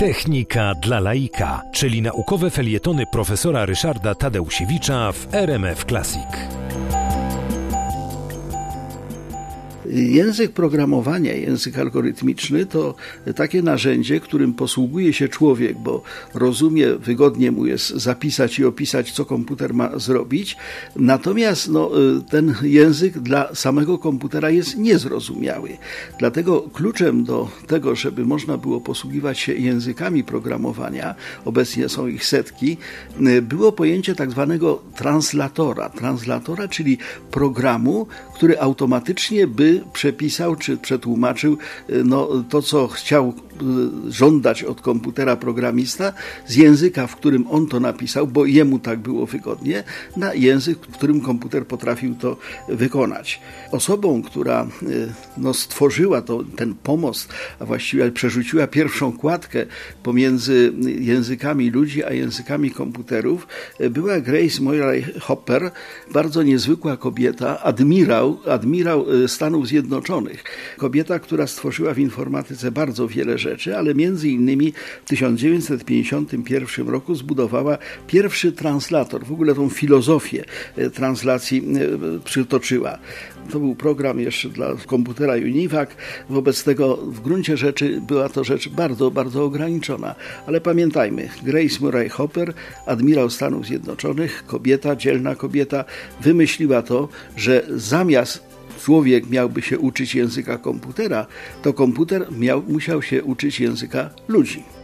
Technika dla laika, czyli naukowe felietony profesora Ryszarda Tadeusiewicza w RMF Classic. Język programowania, język algorytmiczny to takie narzędzie, którym posługuje się człowiek, bo rozumie, wygodnie mu jest zapisać i opisać, co komputer ma zrobić. Natomiast ten język dla samego komputera jest niezrozumiały. Dlatego kluczem do tego, żeby można było posługiwać się językami programowania, obecnie są ich setki, było pojęcie tak zwanego translatora, czyli programu, który automatycznie by przepisał czy przetłumaczył to, co chciał żądać od komputera programista z języka, w którym on to napisał, bo jemu tak było wygodnie, na język, w którym komputer potrafił to wykonać. Osobą, która stworzyła ten pomost, a właściwie przerzuciła pierwszą kładkę pomiędzy językami ludzi a językami komputerów, była Grace Murray Hopper, bardzo niezwykła kobieta, admirał Stanów Zjednoczonych. Kobieta, która stworzyła w informatyce bardzo wiele rzeczy, ale między innymi w 1951 roku zbudowała pierwszy translator. W ogóle tą filozofię translacji przytoczyła. To był program jeszcze dla komputera Univac. Wobec tego w gruncie rzeczy była to rzecz bardzo, bardzo ograniczona. Ale pamiętajmy, Grace Murray Hopper, admirał Stanów Zjednoczonych, kobieta, dzielna kobieta, wymyśliła to, że zamiast człowiek miałby się uczyć języka komputera, to komputer musiał się uczyć języka ludzi.